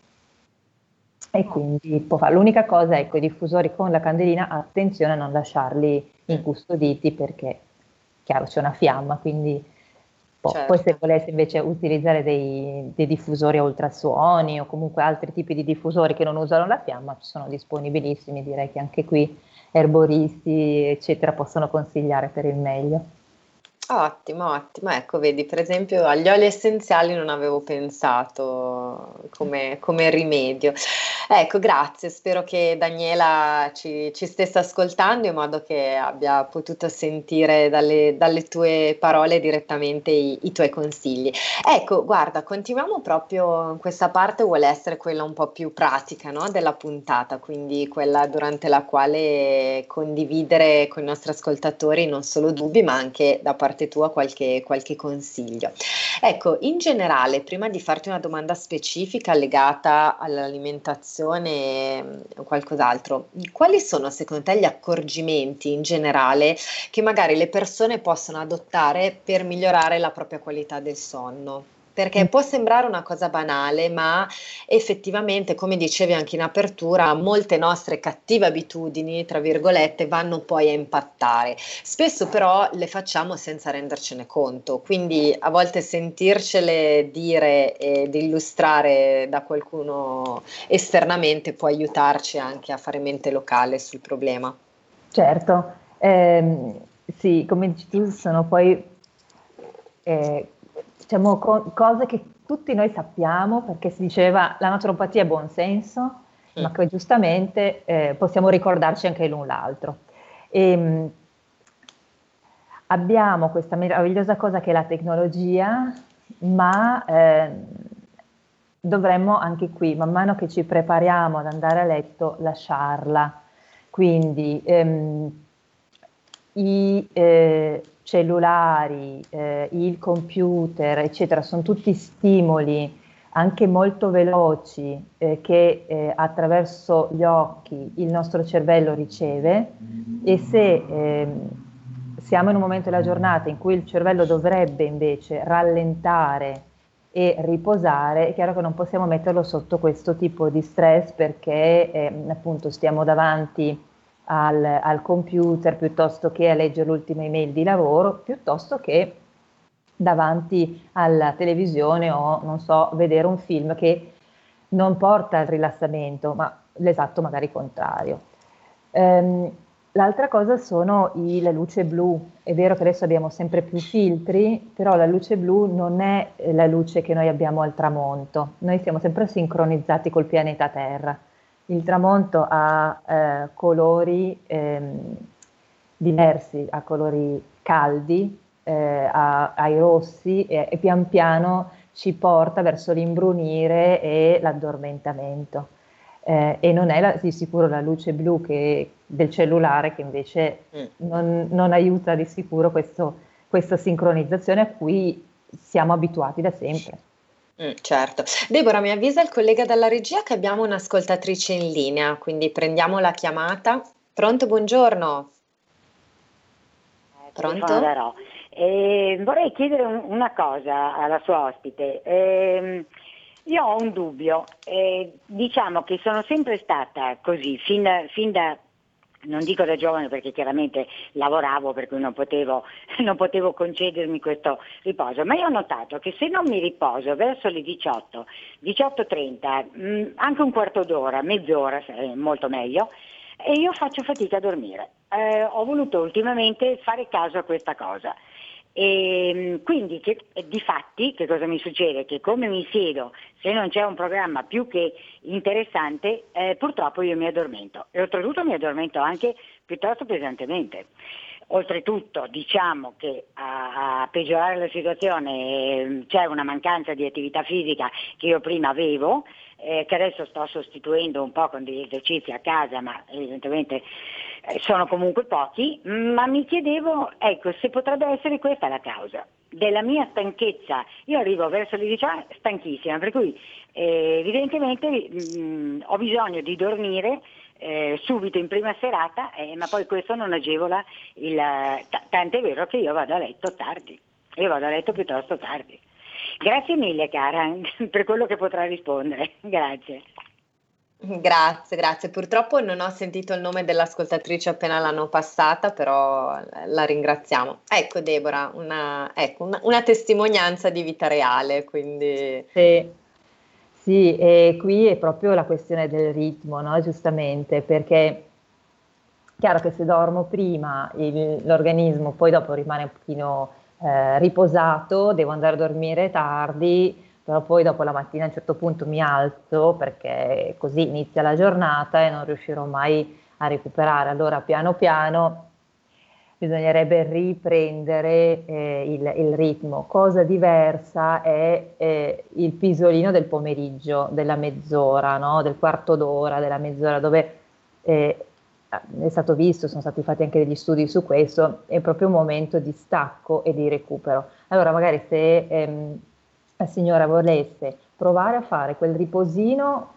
E quindi può fare. L'unica cosa, ecco, i diffusori con la candelina, attenzione a non lasciarli incustoditi, perché chiaro c'è una fiamma, quindi po- Certo. poi se volesse invece utilizzare dei, dei diffusori a ultrasuoni o comunque altri tipi di diffusori che non usano la fiamma, ci sono disponibilissimi, direi che anche qui erboristi eccetera possono consigliare per il meglio. Ottimo, ottimo. Ecco, vedi, per esempio agli oli essenziali non avevo pensato come, come rimedio. Ecco, grazie. Spero che Daniela ci, ci stesse ascoltando in modo che abbia potuto sentire dalle, dalle tue parole direttamente i, i tuoi consigli. Ecco, guarda, continuiamo proprio, questa parte vuole essere quella un po' più pratica, no, della puntata, quindi quella durante la quale condividere con i nostri ascoltatori non solo dubbi, ma anche da parte tua qualche, qualche consiglio. Ecco, in generale, prima di farti una domanda specifica legata all'alimentazione o qualcos'altro, quali sono secondo te gli accorgimenti in generale che magari le persone possono adottare per migliorare la propria qualità del sonno? Perché può sembrare una cosa banale, ma effettivamente, come dicevi anche in apertura, molte nostre cattive abitudini, tra virgolette, vanno poi a impattare. Spesso però le facciamo senza rendercene conto, quindi a volte sentircele dire ed illustrare da qualcuno esternamente può aiutarci anche a fare mente locale sul problema. Certo, ehm, sì, come dici tu, sono poi eh, diciamo co- cose che tutti noi sappiamo, perché si diceva la naturopatia è buon senso, mm. ma che giustamente eh, possiamo ricordarci anche l'un l'altro. E, mh, abbiamo questa meravigliosa cosa che è la tecnologia, ma eh, dovremmo anche qui, man mano che ci prepariamo ad andare a letto, lasciarla. Quindi ehm, i eh, cellulari, eh, il computer, eccetera, sono tutti stimoli anche molto veloci eh, che eh, attraverso gli occhi il nostro cervello riceve, e se eh, siamo in un momento della giornata in cui il cervello dovrebbe invece rallentare e riposare, è chiaro che non possiamo metterlo sotto questo tipo di stress, perché eh, appunto stiamo davanti Al, al computer piuttosto che a leggere l'ultima email di lavoro, piuttosto che davanti alla televisione o non so, vedere un film che non porta al rilassamento, ma l'esatto magari contrario. Ehm, l'altra cosa sono i, la luce blu. È vero che adesso abbiamo sempre più filtri, però la luce blu non è la luce che noi abbiamo al tramonto. Noi siamo sempre sincronizzati col pianeta Terra. Il tramonto ha eh, colori ehm, diversi, ha colori caldi, eh, ha, ha i rossi e, e pian piano ci porta verso l'imbrunire e l'addormentamento. Eh, e non è la, di sicuro la luce blu che, del cellulare che invece mm. non, non aiuta di sicuro questo, questa sincronizzazione a cui siamo abituati da sempre. Mm, certo. Deborah, mi avvisa il collega dalla regia che abbiamo un'ascoltatrice in linea, quindi prendiamo la chiamata. Pronto, buongiorno. Pronto? Eh, vorrei chiedere un, una cosa alla sua ospite. Eh, io ho un dubbio, eh, diciamo che sono sempre stata così, fin da, fin da non dico da giovane perché chiaramente lavoravo, per cui non potevo, non potevo concedermi questo riposo, ma io ho notato che se non mi riposo verso le diciotto, diciotto e trenta, mh, anche un quarto d'ora, mezz'ora, è molto meglio, e io faccio fatica a dormire. Eh, ho voluto ultimamente fare caso a questa cosa. E quindi che, difatti che cosa mi succede? Che come mi siedo, se non c'è un programma più che interessante, eh, purtroppo io mi addormento, e oltretutto mi addormento anche piuttosto pesantemente. Oltretutto diciamo che a, a peggiorare la situazione eh, c'è una mancanza di attività fisica che io prima avevo, eh, che adesso sto sostituendo un po' con degli esercizi a casa, ma evidentemente sono comunque pochi, ma mi chiedevo, ecco, se potrebbe essere questa la causa della mia stanchezza. Io arrivo verso le diciotto stanchissima, per cui eh, evidentemente mh, ho bisogno di dormire eh, subito in prima serata, eh, ma poi questo non agevola il t- tant'è vero che io vado a letto tardi. io vado a letto piuttosto tardi. Grazie mille cara per quello che potrà rispondere, grazie. Grazie, grazie. Purtroppo non ho sentito il nome dell'ascoltatrice appena l'hanno passata, però la ringraziamo. Ecco Deborah, una, ecco, una, una testimonianza di vita reale, quindi... Sì, sì, e qui è proprio la questione del ritmo, no? Giustamente, perché è chiaro che se dormo prima il, l'organismo poi dopo rimane un pochino eh, riposato, devo andare a dormire tardi, però poi dopo la mattina a un certo punto mi alzo perché così inizia la giornata e non riuscirò mai a recuperare. Allora piano piano bisognerebbe riprendere eh, il, il ritmo. Cosa diversa è eh, il pisolino del pomeriggio, della mezz'ora, no? Del quarto d'ora, della mezz'ora, dove eh, è stato visto, sono stati fatti anche degli studi su questo, è proprio un momento di stacco e di recupero. Allora magari se... Ehm, la signora volesse provare a fare quel riposino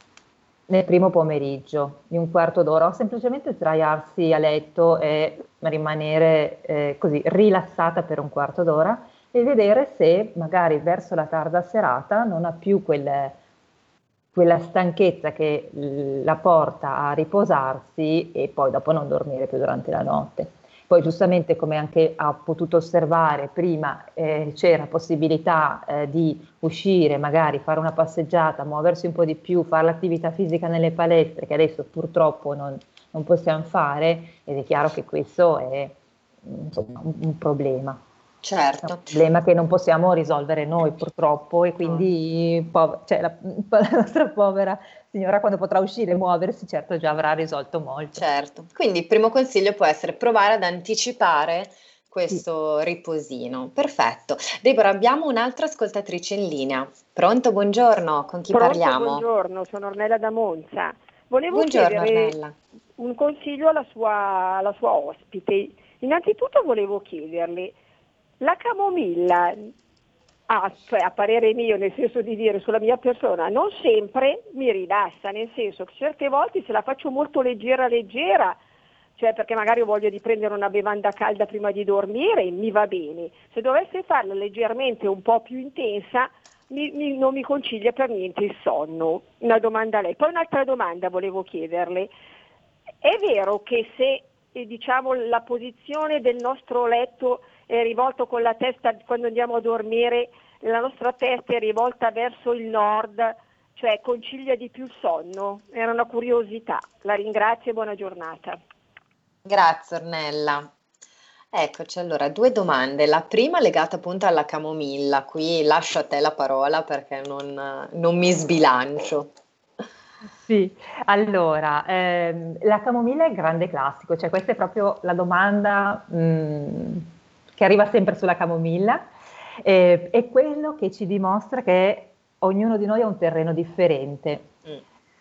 nel primo pomeriggio di un quarto d'ora o semplicemente sdraiarsi a letto e rimanere eh, così rilassata per un quarto d'ora e vedere se magari verso la tarda serata non ha più quel, quella stanchezza che la porta a riposarsi e poi dopo non dormire più durante la notte. Poi giustamente, come anche ha potuto osservare prima, eh, c'era possibilità eh, di uscire, magari fare una passeggiata, muoversi un po' di più, fare l'attività fisica nelle palestre, che adesso purtroppo non, non possiamo fare, ed è chiaro che questo è insomma, un, un problema. Certo. È un problema che non possiamo risolvere noi purtroppo e quindi po- cioè, la, la nostra povera signora quando potrà uscire e muoversi certo già avrà risolto molto. Certo, quindi il primo consiglio può essere provare ad anticipare questo sì. riposino. Perfetto. Deborah, abbiamo un'altra ascoltatrice in linea. Pronto, buongiorno, con chi Pronto, parliamo? Buongiorno, sono Ornella da Monza. Volevo buongiorno, chiedere Ornella. un consiglio alla sua, alla sua ospite. Innanzitutto volevo chiederle, la camomilla, ah, cioè a parere mio, nel senso di dire sulla mia persona, non sempre mi rilassa, nel senso che certe volte se la faccio molto leggera leggera, cioè perché magari ho voglia di prendere una bevanda calda prima di dormire, mi va bene. Se dovesse farla leggermente un po' più intensa, mi, mi, non mi concilia per niente il sonno. Una domanda a lei. Poi un'altra domanda volevo chiederle. È vero che se eh, diciamo la posizione del nostro letto è rivolto con la testa, quando andiamo a dormire, la nostra testa è rivolta verso il nord, cioè concilia di più il sonno? Era una curiosità. La ringrazio e buona giornata. Grazie Ornella. Eccoci, allora due domande. La prima legata appunto alla camomilla, qui lascio a te la parola perché non, non mi sbilancio. Sì, allora, ehm, la camomilla è il grande classico, cioè questa è proprio la domanda mh, che arriva sempre sulla camomilla, eh, è quello che ci dimostra che ognuno di noi ha un terreno differente. Mm.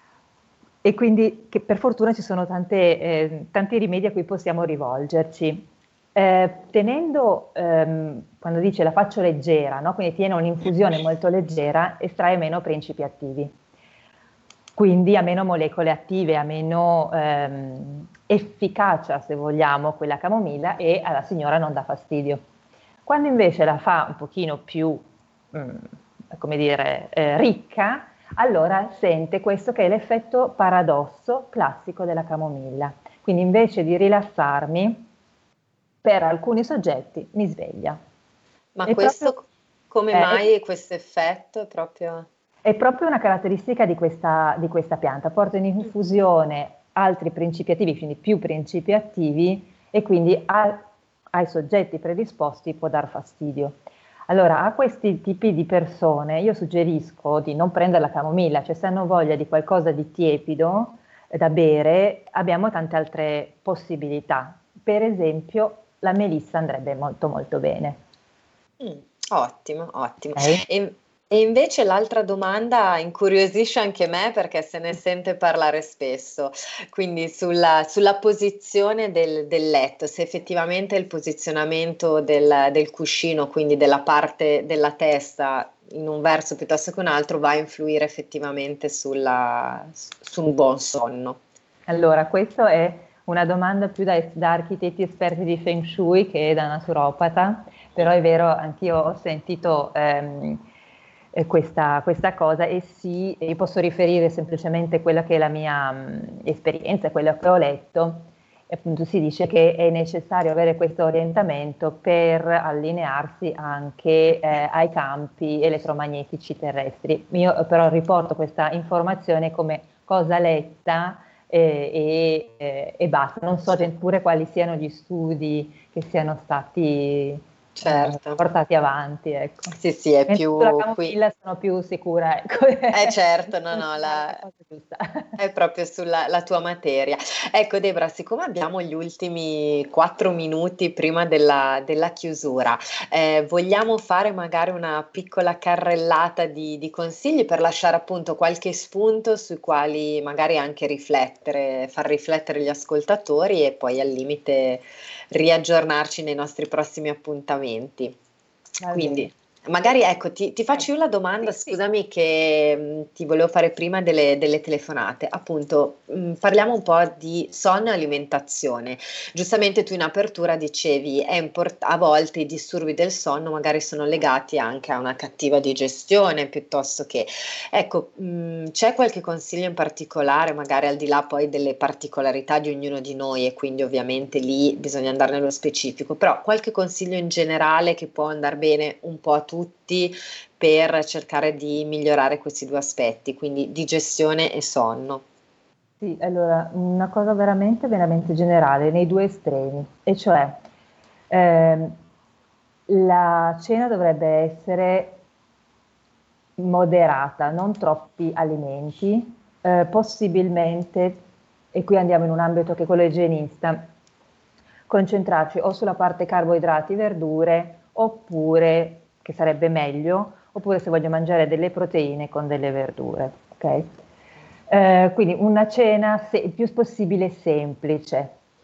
E quindi che per fortuna ci sono tante, eh, tanti rimedi a cui possiamo rivolgerci. Eh, tenendo, ehm, quando dice la faccio leggera, no? Quindi tiene un'infusione molto leggera, estrae meno principi attivi. Quindi ha meno molecole attive, ha meno ehm, efficacia, se vogliamo, quella camomilla e alla signora non dà fastidio. Quando invece la fa un pochino più, mh, come dire, eh, ricca, allora sente questo che è l'effetto paradosso classico della camomilla. Quindi invece di rilassarmi, per alcuni soggetti mi sveglia. Ma è questo proprio, come eh, mai questo effetto è proprio... È proprio una caratteristica di questa, di questa pianta, porta in infusione altri principi attivi, quindi più principi attivi e quindi a, ai soggetti predisposti può dar fastidio. Allora a questi tipi di persone io suggerisco di non prendere la camomilla, cioè se hanno voglia di qualcosa di tiepido eh, da bere abbiamo tante altre possibilità, per esempio la melissa andrebbe molto molto bene. Mm, ottimo, ottimo. Okay. E, e invece l'altra domanda incuriosisce anche me perché se ne sente parlare spesso, quindi sulla, sulla posizione del, del letto, se effettivamente il posizionamento del, del cuscino, quindi della parte della testa in un verso piuttosto che un altro, va a influire effettivamente sulla, su un buon sonno. Allora, questo è una domanda più da, da architetti esperti di Feng Shui che da naturopata, però è vero, anch'io ho sentito ehm, eh, questa, questa cosa e sì, io posso riferire semplicemente quella che è la mia mh, esperienza, quello che ho letto. E appunto si dice che è necessario avere questo orientamento per allinearsi anche eh, ai campi elettromagnetici terrestri. Io però riporto questa informazione come cosa letta eh, e, eh, e basta, non so neppure quali siano gli studi che siano stati certo. eh, portati avanti. Ecco. Sì, sì, è Mentre più... sulla camomilla sono più sicura. Ecco. Eh certo, no, no, la... è proprio sulla la tua materia. Ecco Debra, siccome abbiamo gli ultimi quattro minuti prima della, della chiusura, eh, vogliamo fare magari una piccola carrellata di, di consigli per lasciare appunto qualche spunto sui quali magari anche riflettere, far riflettere gli ascoltatori e poi al limite riaggiornarci nei nostri prossimi appuntamenti. Va Quindi bene. magari ecco, ti, ti faccio io la domanda, Sì, sì. scusami, che mh, ti volevo fare prima delle, delle telefonate. Appunto, mh, parliamo un po' di sonno e alimentazione. Giustamente tu in apertura dicevi, è import- a volte i disturbi del sonno magari sono legati anche a una cattiva digestione, piuttosto che... Ecco, mh, c'è qualche consiglio in particolare, magari al di là poi delle particolarità di ognuno di noi e quindi ovviamente lì bisogna andare nello specifico, però qualche consiglio in generale che può andare bene un po' a tutti per cercare di migliorare questi due aspetti, quindi digestione e sonno. Sì, allora, una cosa veramente, veramente generale, nei due estremi, e cioè ehm, la cena dovrebbe essere moderata, non troppi alimenti, eh, possibilmente, e qui andiamo in un ambito che è quello igienista, concentrarci o sulla parte carboidrati, verdure, oppure, che sarebbe meglio, oppure se voglio mangiare delle proteine con delle verdure, ok? Eh, quindi una cena se, il più possibile semplice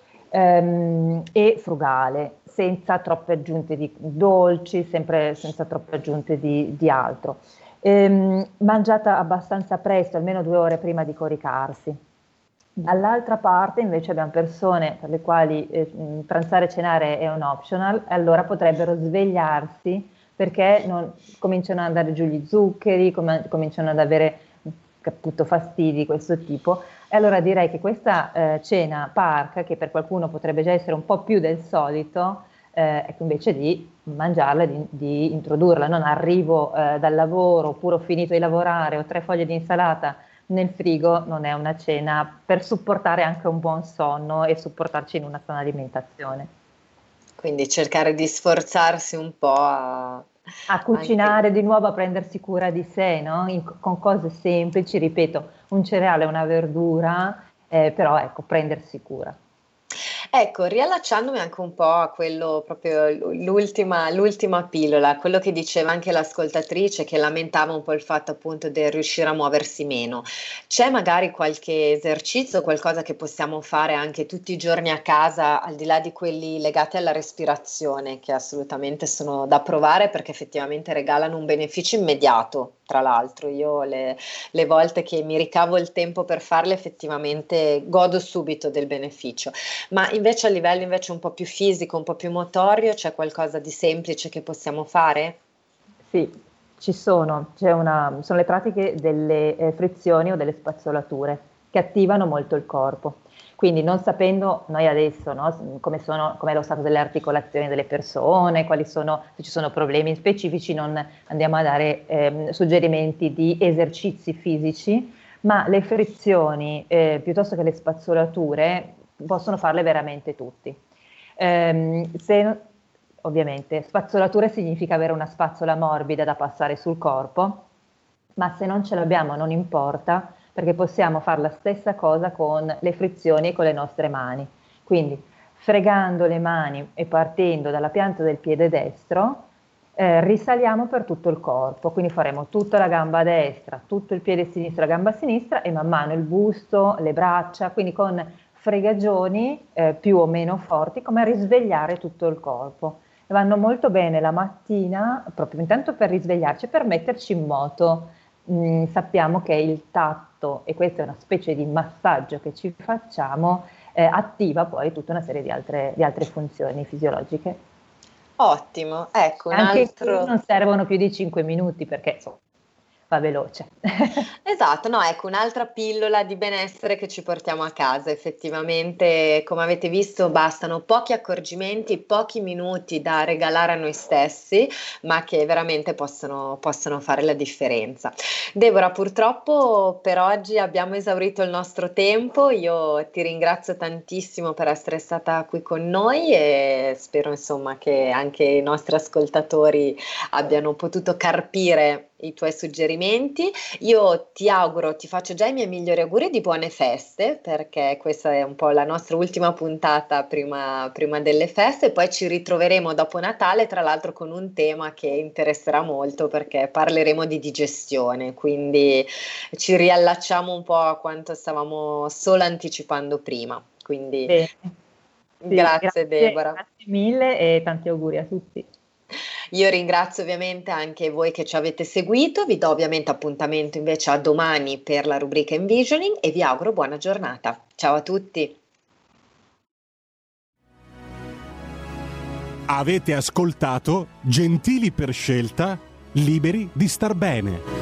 ehm, e frugale, senza troppe aggiunte di dolci, sempre senza troppe aggiunte di, di altro. Ehm, mangiata abbastanza presto, almeno due ore prima di coricarsi. Dall'altra parte invece abbiamo persone per le quali eh, pranzare e cenare è un optional, allora potrebbero svegliarsi perché non, cominciano ad andare giù gli zuccheri, com- cominciano ad avere appunto fastidi di questo tipo, e allora direi che questa eh, cena parca, che per qualcuno potrebbe già essere un po' più del solito, eh, ecco, invece di mangiarla, di, di introdurla, non arrivo eh, dal lavoro oppure ho finito di lavorare, ho tre foglie di insalata nel frigo, non è una cena per supportare anche un buon sonno e supportarci in una sana alimentazione. Quindi cercare di sforzarsi un po' a, a cucinare anche... di nuovo, a prendersi cura di sé, no? In, con cose semplici, ripeto, un cereale, una verdura, eh, però ecco, prendersi cura. Ecco, riallacciandomi anche un po' a quello proprio l'ultima, l'ultima pillola, quello che diceva anche l'ascoltatrice che lamentava un po' il fatto appunto del riuscire a muoversi meno. C'è magari qualche esercizio, qualcosa che possiamo fare anche tutti i giorni a casa, al di là di quelli legati alla respirazione, che assolutamente sono da provare perché effettivamente regalano un beneficio immediato. Tra l'altro, io le, le volte che mi ricavo il tempo per farle effettivamente godo subito del beneficio. Ma invece a livello invece un po' più fisico, un po' più motorio, c'è qualcosa di semplice che possiamo fare? Sì, ci sono, c'è una, sono le pratiche delle eh, frizioni o delle spazzolature che attivano molto il corpo. Quindi non sapendo noi adesso, no, come sono, com'è lo stato delle articolazioni delle persone, quali sono, se ci sono problemi specifici, non andiamo a dare ehm, suggerimenti di esercizi fisici, ma le frizioni eh, piuttosto che le spazzolature possono farle veramente tutti. Ehm, se, ovviamente spazzolature significa avere una spazzola morbida da passare sul corpo, ma se non ce l'abbiamo non importa, perché possiamo fare la stessa cosa con le frizioni e con le nostre mani. Quindi fregando le mani e partendo dalla pianta del piede destro, eh, risaliamo per tutto il corpo, quindi faremo tutta la gamba destra, tutto il piede sinistro, la gamba sinistra e man mano il busto, le braccia, quindi con fregagioni eh, più o meno forti, come a risvegliare tutto il corpo. E vanno molto bene la mattina, proprio intanto per risvegliarci e per metterci in moto. Mm, sappiamo che il tatto, e questa è una specie di massaggio che ci facciamo, eh, attiva poi tutta una serie di altre, di altre funzioni fisiologiche. Ottimo, ecco un Anche altro... qui non servono più di cinque minuti perché insomma va veloce. Esatto, no, ecco un'altra pillola di benessere che ci portiamo a casa. Effettivamente, come avete visto, bastano pochi accorgimenti, pochi minuti da regalare a noi stessi, ma che veramente possono, possono fare la differenza. Deborah, purtroppo per oggi abbiamo esaurito il nostro tempo. Io ti ringrazio tantissimo per essere stata qui con noi e spero insomma che anche i nostri ascoltatori abbiano potuto carpire i tuoi suggerimenti. Io ti auguro, ti faccio già i miei migliori auguri di buone feste, perché questa è un po' la nostra ultima puntata prima, prima delle feste, poi ci ritroveremo dopo Natale, tra l'altro con un tema che interesserà molto perché parleremo di digestione, quindi ci riallacciamo un po' a quanto stavamo solo anticipando prima. Quindi Bene. Sì, grazie, grazie Deborah. Grazie mille e tanti auguri a tutti. Io ringrazio ovviamente anche voi che ci avete seguito, vi do ovviamente appuntamento invece a domani per la rubrica Envisioning e vi auguro buona giornata. Ciao a tutti. Avete ascoltato Gentili per scelta, liberi di star bene.